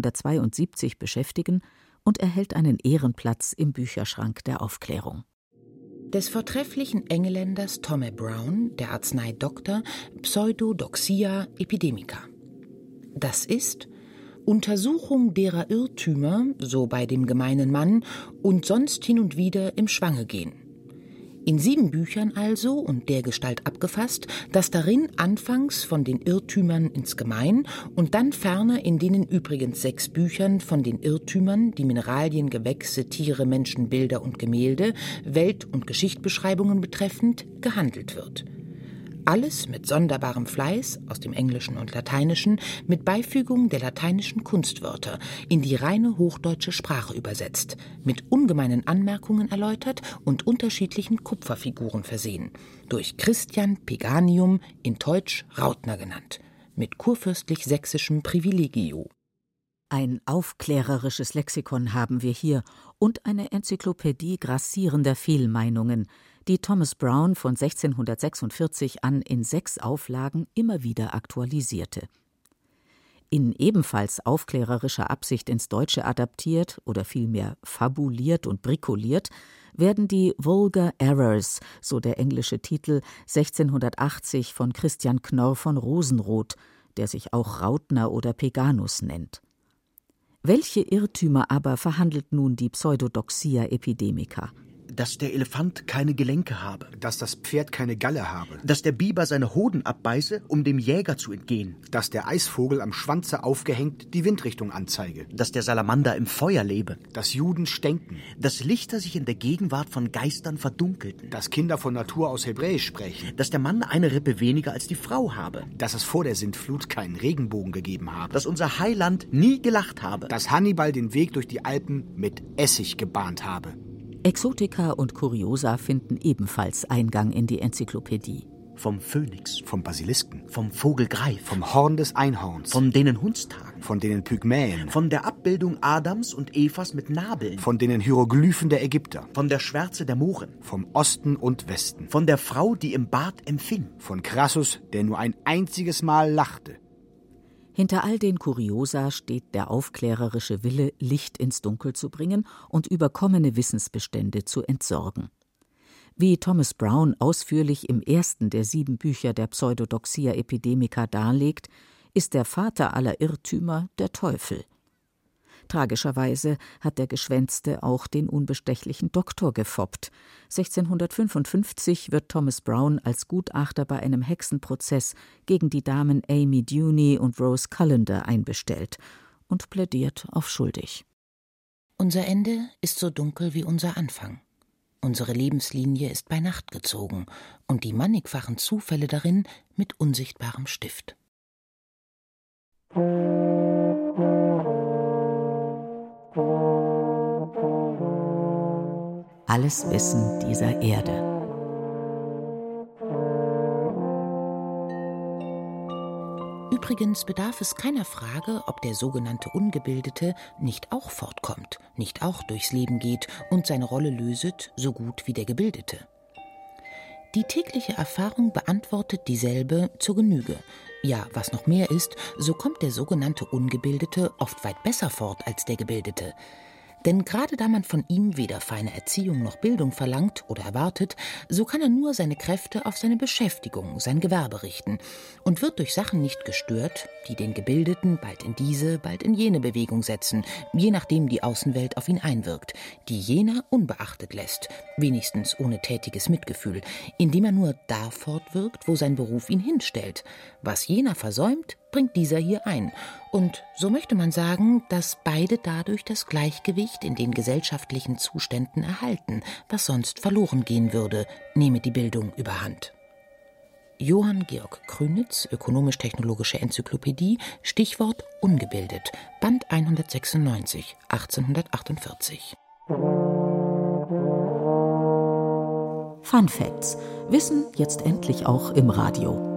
S6: 1672 beschäftigen und erhält einen Ehrenplatz im Bücherschrank der Aufklärung.
S2: Des vortrefflichen Engländers Thomas Browne, der Arznei Doktor, Pseudodoxia epidemica. Das ist Untersuchung derer Irrtümer, so bei dem gemeinen Mann, und sonst hin und wieder im Schwange gehen. In 7 Büchern also und dergestalt abgefasst, dass darin anfangs von den Irrtümern insgemein und dann ferner in denen übrigens 6 Büchern von den Irrtümern, die Mineralien, Gewächse, Tiere, Menschen, Bilder und Gemälde, Welt- und Geschichtbeschreibungen betreffend, gehandelt wird. Alles mit sonderbarem Fleiß aus dem Englischen und Lateinischen, mit Beifügung der lateinischen Kunstwörter, in die reine hochdeutsche Sprache übersetzt, mit ungemeinen Anmerkungen erläutert und unterschiedlichen Kupferfiguren versehen, durch Christian Peganium, in Teutsch Rautner genannt, mit kurfürstlich-sächsischem Privilegio.
S6: Ein aufklärerisches Lexikon haben wir hier und eine Enzyklopädie grassierender Fehlmeinungen, die Thomas Browne von 1646 an in 6 Auflagen immer wieder aktualisierte. In ebenfalls aufklärerischer Absicht ins Deutsche adaptiert oder vielmehr fabuliert und brikuliert, werden die Vulgar Errors, so der englische Titel, 1680 von Christian Knorr von Rosenroth, der sich auch Rautner oder Peganus nennt. Welche Irrtümer aber verhandelt nun die Pseudodoxia epidemica?
S4: Dass der Elefant keine Gelenke habe.
S3: Dass das Pferd keine Galle habe.
S4: Dass der Biber seine Hoden abbeiße, um dem Jäger zu entgehen.
S3: Dass der Eisvogel am Schwanze aufgehängt die Windrichtung anzeige.
S4: Dass der Salamander im Feuer lebe.
S3: Dass Juden stänken.
S4: Dass Lichter sich in der Gegenwart von Geistern verdunkelten.
S3: Dass Kinder von Natur aus Hebräisch sprechen.
S4: Dass der Mann eine Rippe weniger als die Frau habe.
S3: Dass es vor der Sintflut keinen Regenbogen gegeben habe.
S4: Dass unser Heiland nie gelacht habe.
S3: Dass Hannibal den Weg durch die Alpen mit Essig gebahnt habe.
S6: Exotika und Kuriosa finden ebenfalls Eingang in die Enzyklopädie.
S4: Vom Phönix,
S3: vom Basilisken,
S4: vom Vogelgreif,
S3: vom Horn des Einhorns,
S4: von denen Hundstagen,
S3: von denen Pygmäen,
S4: von der Abbildung Adams und Evas mit Nabeln,
S3: von denen Hieroglyphen der Ägypter,
S4: von der Schwärze der Mohren,
S3: vom Osten und Westen,
S4: von der Frau, die im Bad empfing,
S3: von Crassus, der nur ein einziges Mal lachte.
S6: Hinter all den Kuriosa steht der aufklärerische Wille, Licht ins Dunkel zu bringen und überkommene Wissensbestände zu entsorgen. Wie Thomas Brown ausführlich im ersten der 7 Bücher der Pseudodoxia Epidemica darlegt, ist der Vater aller Irrtümer der Teufel. Tragischerweise hat der Geschwänzte auch den unbestechlichen Doktor gefoppt. 1655 wird Thomas Brown als Gutachter bei einem Hexenprozess gegen die Damen Amy Duney und Rose Cullender einbestellt und plädiert auf schuldig.
S2: Unser Ende ist so dunkel wie unser Anfang. Unsere Lebenslinie ist bei Nacht gezogen und die mannigfachen Zufälle darin mit unsichtbarem Stift.
S6: Alles Wissen dieser Erde.
S2: Übrigens bedarf es keiner Frage, ob der sogenannte Ungebildete nicht auch fortkommt, nicht auch durchs Leben geht und seine Rolle löset, so gut wie der Gebildete. Die tägliche Erfahrung beantwortet dieselbe zur Genüge. Ja, was noch mehr ist, so kommt der sogenannte Ungebildete oft weit besser fort als der Gebildete. Denn gerade da man von ihm weder feine Erziehung noch Bildung verlangt oder erwartet, so kann er nur seine Kräfte auf seine Beschäftigung, sein Gewerbe richten und wird durch Sachen nicht gestört, die den Gebildeten bald in diese, bald in jene Bewegung setzen, je nachdem die Außenwelt auf ihn einwirkt, die jener unbeachtet lässt, wenigstens ohne tätiges Mitgefühl, indem er nur da fortwirkt, wo sein Beruf ihn hinstellt. Was jener versäumt, bringt dieser hier ein. Und so möchte man sagen, dass beide dadurch das Gleichgewicht in den gesellschaftlichen Zuständen erhalten, was sonst verloren gehen würde, nehme die Bildung überhand. Johann Georg Krünitz, Ökonomisch-Technologische Enzyklopädie, Stichwort ungebildet, Band 196, 1848.
S6: Fun Facts. Wissen jetzt endlich auch im Radio.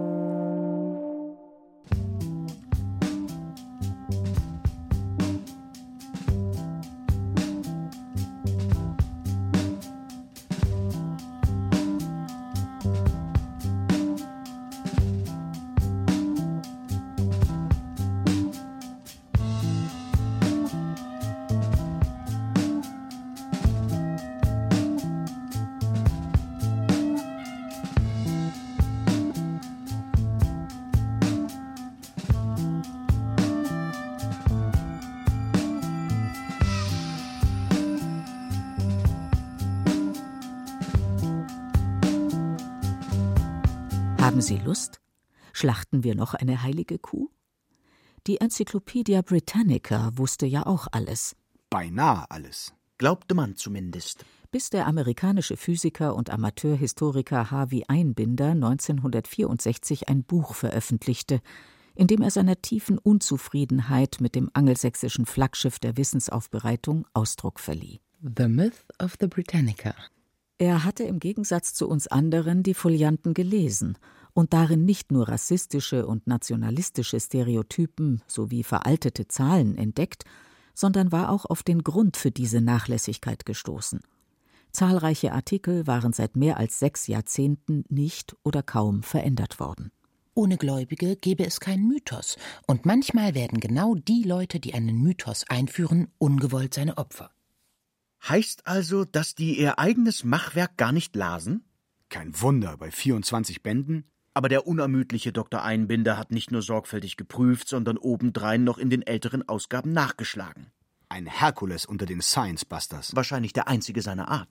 S6: Haben Sie Lust? Schlachten wir noch eine heilige Kuh? Die Encyclopedia Britannica wusste ja auch alles.
S3: Beinahe alles.
S4: Glaubte man zumindest.
S6: Bis der amerikanische Physiker und Amateurhistoriker Harvey Einbinder 1964 ein Buch veröffentlichte, in dem er seiner tiefen Unzufriedenheit mit dem angelsächsischen Flaggschiff der Wissensaufbereitung Ausdruck verlieh.
S2: The Myth of the Britannica.
S6: Er hatte im Gegensatz zu uns anderen die Folianten gelesen und darin nicht nur rassistische und nationalistische Stereotypen sowie veraltete Zahlen entdeckt, sondern war auch auf den Grund für diese Nachlässigkeit gestoßen. Zahlreiche Artikel waren seit mehr als 6 Jahrzehnten nicht oder kaum verändert worden.
S2: Ohne Gläubige gäbe es keinen Mythos, und manchmal werden genau die Leute, die einen Mythos einführen, ungewollt seine Opfer.
S4: Heißt also, dass die ihr eigenes Machwerk gar nicht lasen?
S3: Kein Wunder, bei 24 Bänden.
S4: Aber der unermüdliche Dr. Einbinder hat nicht nur sorgfältig geprüft, sondern obendrein noch in den älteren Ausgaben nachgeschlagen.
S3: Ein Herkules unter den Science-Busters.
S4: Wahrscheinlich der einzige seiner Art.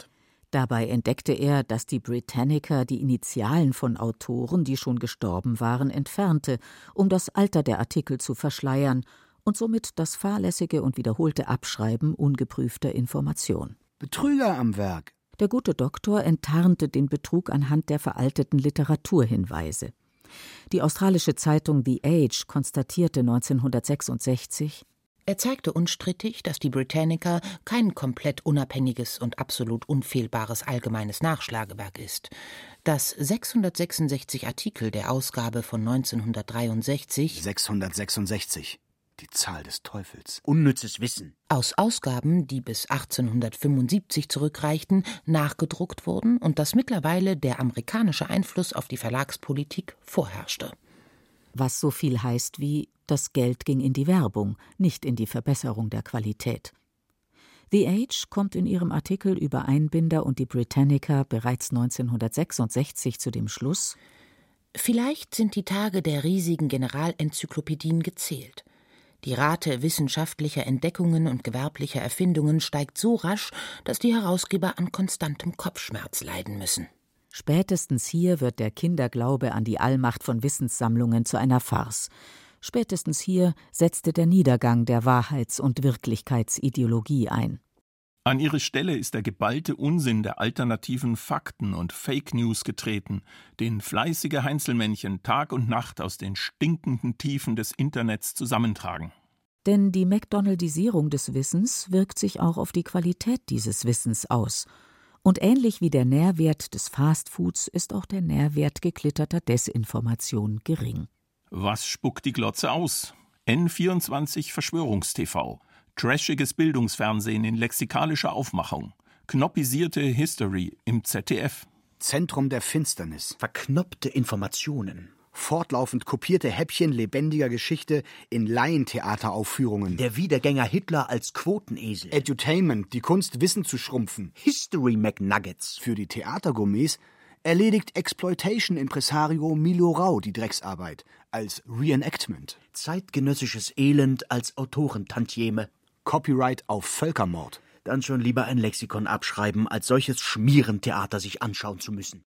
S6: Dabei entdeckte er, dass die Britannica die Initialen von Autoren, die schon gestorben waren, entfernte, um das Alter der Artikel zu verschleiern und somit das fahrlässige und wiederholte Abschreiben ungeprüfter Information.
S3: Betrüger am Werk.
S6: Der gute Doktor enttarnte den Betrug anhand der veralteten Literaturhinweise. Die australische Zeitung The Age konstatierte 1966:
S2: Er zeigte unstrittig, dass die Britannica kein komplett unabhängiges und absolut unfehlbares allgemeines Nachschlagewerk ist, dass 666 Artikel der Ausgabe von 1963
S3: 666. Die Zahl des Teufels.
S4: Unnützes Wissen.
S2: Aus Ausgaben, die bis 1875 zurückreichten, nachgedruckt wurden und dass mittlerweile der amerikanische Einfluss auf die Verlagspolitik vorherrschte.
S6: Was so viel heißt wie, das Geld ging in die Werbung, nicht in die Verbesserung der Qualität. The Age kommt in ihrem Artikel über Einbinder und die Britannica bereits 1966 zu dem Schluss:
S2: Vielleicht sind die Tage der riesigen Generalenzyklopädien gezählt. Die Rate wissenschaftlicher Entdeckungen und gewerblicher Erfindungen steigt so rasch, dass die Herausgeber an konstantem Kopfschmerz leiden müssen.
S6: Spätestens hier wird der Kinderglaube an die Allmacht von Wissenssammlungen zu einer Farce. Spätestens hier setzte der Niedergang der Wahrheits- und Wirklichkeitsideologie ein.
S7: An ihre Stelle ist der geballte Unsinn der alternativen Fakten und Fake News getreten, den fleißige Heinzelmännchen Tag und Nacht aus den stinkenden Tiefen des Internets zusammentragen.
S6: Denn die McDonaldisierung des Wissens wirkt sich auch auf die Qualität dieses Wissens aus. Und ähnlich wie der Nährwert des Fastfoods ist auch der Nährwert geklitterter Desinformation gering.
S7: Was spuckt die Glotze aus? N24 Verschwörungstv, trashiges Bildungsfernsehen in lexikalischer Aufmachung, knoppisierte History im ZDF.
S3: Zentrum der Finsternis.
S4: Verknoppte Informationen.
S3: Fortlaufend kopierte Häppchen lebendiger Geschichte in Laientheateraufführungen.
S4: Der Wiedergänger Hitler als Quotenesel.
S3: Edutainment, die Kunst, Wissen zu schrumpfen.
S4: History McNuggets.
S3: Für die Theatergourmets erledigt Exploitation-Impresario Milo Rau die Drecksarbeit als Reenactment.
S4: Zeitgenössisches Elend als Autorentantieme.
S3: Copyright auf Völkermord.
S4: Dann schon lieber ein Lexikon abschreiben, als solches Schmierentheater sich anschauen zu müssen.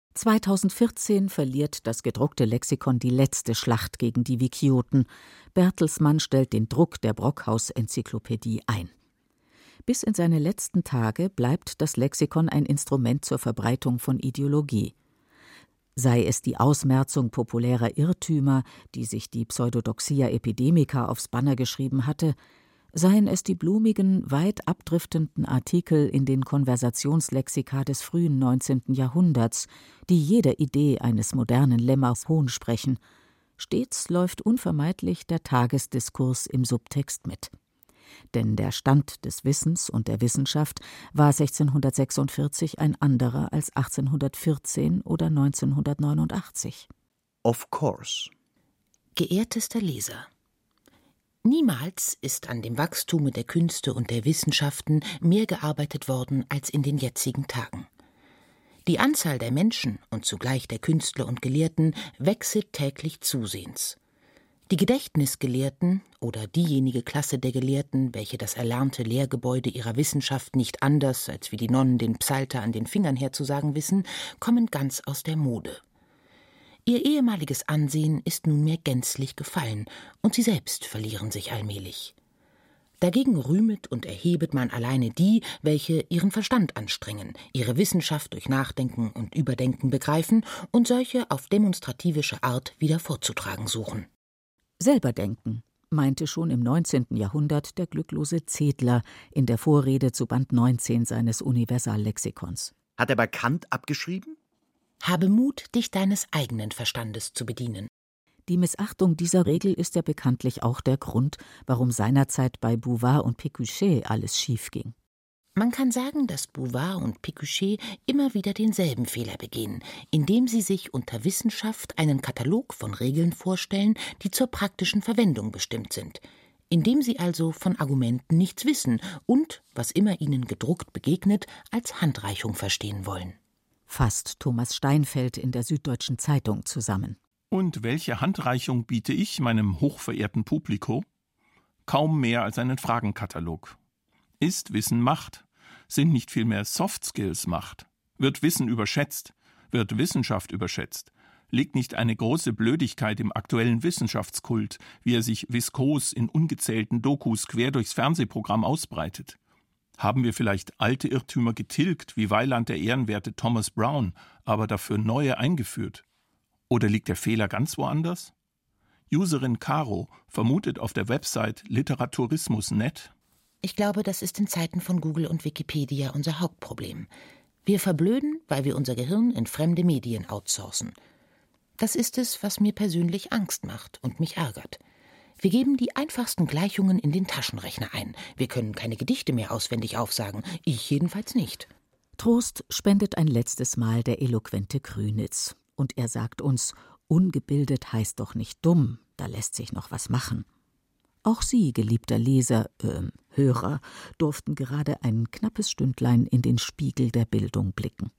S6: 2014 verliert das gedruckte Lexikon die letzte Schlacht gegen die Wikioten. Bertelsmann stellt den Druck der Brockhaus-Enzyklopädie ein. Bis in seine letzten Tage bleibt das Lexikon ein Instrument zur Verbreitung von Ideologie. Sei es die Ausmerzung populärer Irrtümer, die sich die Pseudodoxia epidemica aufs Banner geschrieben hatte, seien es die blumigen, weit abdriftenden Artikel in den Konversationslexika des frühen 19. Jahrhunderts, die jeder Idee eines modernen Lemmers Hohn sprechen. Stets läuft unvermeidlich der Tagesdiskurs im Subtext mit. Denn der Stand des Wissens und der Wissenschaft war 1646 ein anderer als 1814 oder 1989.
S4: Of course.
S2: Geehrtester Leser, niemals ist an dem Wachstume der Künste und der Wissenschaften mehr gearbeitet worden als in den jetzigen Tagen. Die Anzahl der Menschen und zugleich der Künstler und Gelehrten wechselt täglich zusehends. Die Gedächtnisgelehrten oder diejenige Klasse der Gelehrten, welche das erlernte Lehrgebäude ihrer Wissenschaft nicht anders als wie die Nonnen den Psalter an den Fingern herzusagen wissen, kommen ganz aus der Mode. Ihr ehemaliges Ansehen ist nunmehr gänzlich gefallen, und sie selbst verlieren sich allmählich. Dagegen rühmet und erhebet man alleine die, welche ihren Verstand anstrengen, ihre Wissenschaft durch Nachdenken und Überdenken begreifen und solche auf demonstrativische Art wieder vorzutragen suchen.
S6: Selber denken, meinte schon im 19. Jahrhundert der glücklose Zedler in der Vorrede zu Band 19 seines Universallexikons.
S4: Hat er bei Kant abgeschrieben?
S2: Habe Mut, dich deines eigenen Verstandes zu bedienen.
S6: Die Missachtung dieser Regel ist ja bekanntlich auch der Grund, warum seinerzeit bei Bouvard und Pécuchet alles schief ging.
S2: Man kann sagen, dass Bouvard und Pécuchet immer wieder denselben Fehler begehen, indem sie sich unter Wissenschaft einen Katalog von Regeln vorstellen, die zur praktischen Verwendung bestimmt sind, indem sie also von Argumenten nichts wissen und, was immer ihnen gedruckt begegnet, als Handreichung verstehen wollen.
S6: Fasst Thomas Steinfeld in der Süddeutschen Zeitung zusammen.
S7: Und welche Handreichung biete ich meinem hochverehrten Publikum? Kaum mehr als einen Fragenkatalog. Ist Wissen Macht? Sind nicht vielmehr Soft Skills Macht? Wird Wissen überschätzt? Wird Wissenschaft überschätzt? Liegt nicht eine große Blödigkeit im aktuellen Wissenschaftskult, wie er sich viskos in ungezählten Dokus quer durchs Fernsehprogramm ausbreitet? Haben wir vielleicht alte Irrtümer getilgt, wie Weiland der ehrenwerte Thomas Brown, aber dafür neue eingeführt? Oder liegt der Fehler ganz woanders? Userin Caro vermutet auf der Website Literaturismus.net:
S2: Ich glaube, das ist in Zeiten von Google und Wikipedia unser Hauptproblem. Wir verblöden, weil wir unser Gehirn in fremde Medien outsourcen. Das ist es, was mir persönlich Angst macht und mich ärgert. Wir geben die einfachsten Gleichungen in den Taschenrechner ein. Wir können keine Gedichte mehr auswendig aufsagen. Ich jedenfalls nicht.
S6: Trost spendet ein letztes Mal der eloquente Krünitz. Und er sagt uns, ungebildet heißt doch nicht dumm, da lässt sich noch was machen. Auch Sie, geliebter Leser, Hörer, durften gerade ein knappes Stündlein in den Spiegel der Bildung blicken.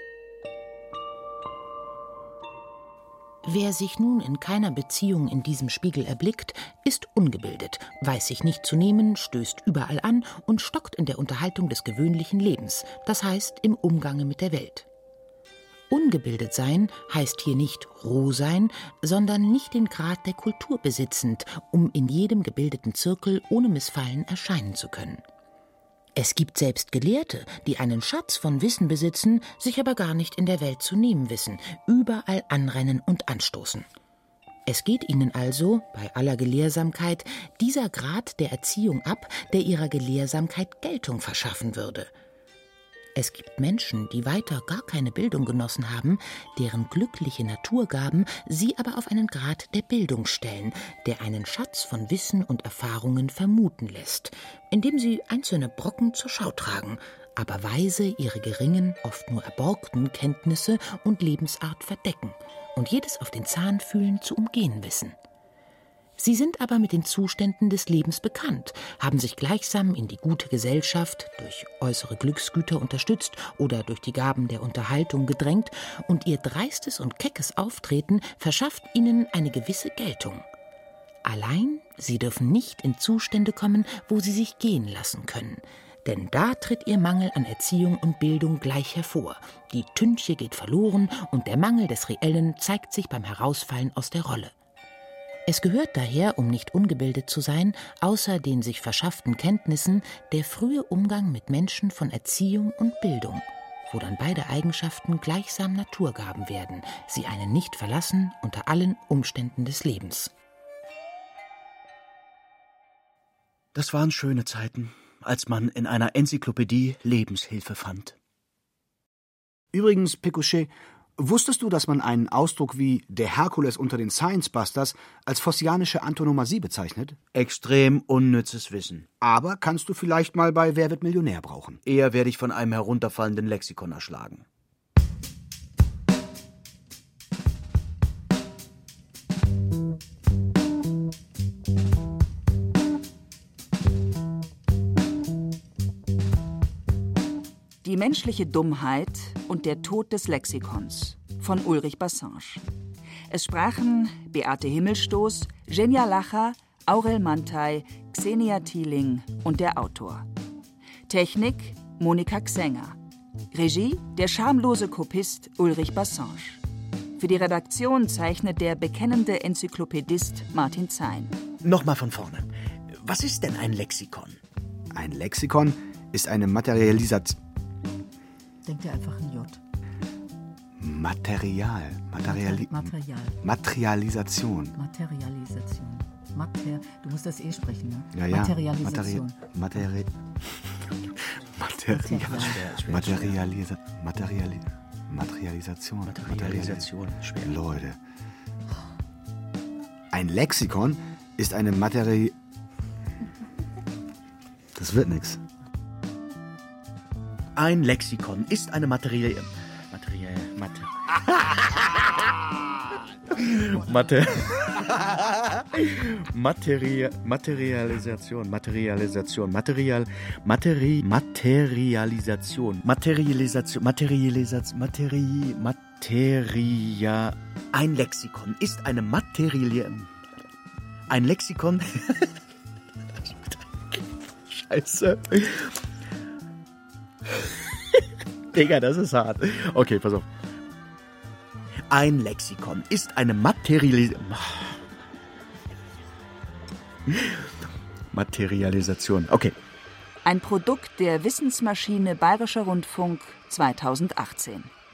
S2: Wer sich nun in keiner Beziehung in diesem Spiegel erblickt, ist ungebildet, weiß sich nicht zu nehmen, stößt überall an und stockt in der Unterhaltung des gewöhnlichen Lebens, das heißt im Umgange mit der Welt. Ungebildet sein heißt hier nicht roh sein, sondern nicht den Grad der Kultur besitzend, um in jedem gebildeten Zirkel ohne Missfallen erscheinen zu können. Es gibt selbst Gelehrte, die einen Schatz von Wissen besitzen, sich aber gar nicht in der Welt zu nehmen wissen, überall anrennen und anstoßen. Es geht ihnen also, bei aller Gelehrsamkeit, dieser Grad der Erziehung ab, der ihrer Gelehrsamkeit Geltung verschaffen würde. Es gibt Menschen, die weiter gar keine Bildung genossen haben, deren glückliche Naturgaben sie aber auf einen Grad der Bildung stellen, der einen Schatz von Wissen und Erfahrungen vermuten lässt, indem sie einzelne Brocken zur Schau tragen, aber weise ihre geringen, oft nur erborgten Kenntnisse und Lebensart verdecken und jedes auf den Zahn fühlen zu umgehen wissen. Sie sind aber mit den Zuständen des Lebens bekannt, haben sich gleichsam in die gute Gesellschaft, durch äußere Glücksgüter unterstützt oder durch die Gaben der Unterhaltung gedrängt, und ihr dreistes und keckes Auftreten verschafft ihnen eine gewisse Geltung. Allein, sie dürfen nicht in Zustände kommen, wo sie sich gehen lassen können, denn da tritt ihr Mangel an Erziehung und Bildung gleich hervor. Die Tünche geht verloren und der Mangel des Reellen zeigt sich beim Herausfallen aus der Rolle. Es gehört daher, um nicht ungebildet zu sein, außer den sich verschafften Kenntnissen, der frühe Umgang mit Menschen von Erziehung und Bildung, wo dann beide Eigenschaften gleichsam Naturgaben werden, sie einen nicht verlassen unter allen Umständen des Lebens.
S4: Das waren schöne Zeiten, als man in einer Enzyklopädie Lebenshilfe fand.
S3: Übrigens, Pécuchet, wusstest du, dass man einen Ausdruck wie der Herkules unter den Science-Busters als phosianische Antonomasie bezeichnet?
S4: Extrem unnützes Wissen.
S3: Aber kannst du vielleicht mal bei Wer wird Millionär brauchen?
S4: Eher werde ich von einem herunterfallenden Lexikon erschlagen.
S5: Die menschliche Dummheit und der Tod des Lexikons von Ulrich Bassange. Es sprachen Beate Himmelstoß, Genia Lacher, Aurel Mantei, Xenia Thieling und der Autor. Technik Monika Xenger. Regie der schamlose Kopist Ulrich Bassange. Für die Redaktion zeichnet der bekennende Enzyklopädist Martin Zein.
S4: Nochmal von vorne. Was ist denn ein Lexikon?
S3: Ein Lexikon ist eine Materialisation.
S6: Denkt ihr einfach ein J.
S3: Materialisation.
S6: Du musst das sprechen, ne?
S3: Ja, ja.
S6: Materialisation.
S3: Materialisation. Schwer. Leute. Ein Lexikon ist eine Das wird nix.
S4: Ein Lexikon ist eine Materialisation. Ein Lexikon ist eine Ein Lexikon. Scheiße. Digga, das ist hart. Okay, pass auf. Ein Lexikon ist eine Materialisation. Okay.
S5: Ein Produkt der Wissensmaschine Bayerischer Rundfunk 2018.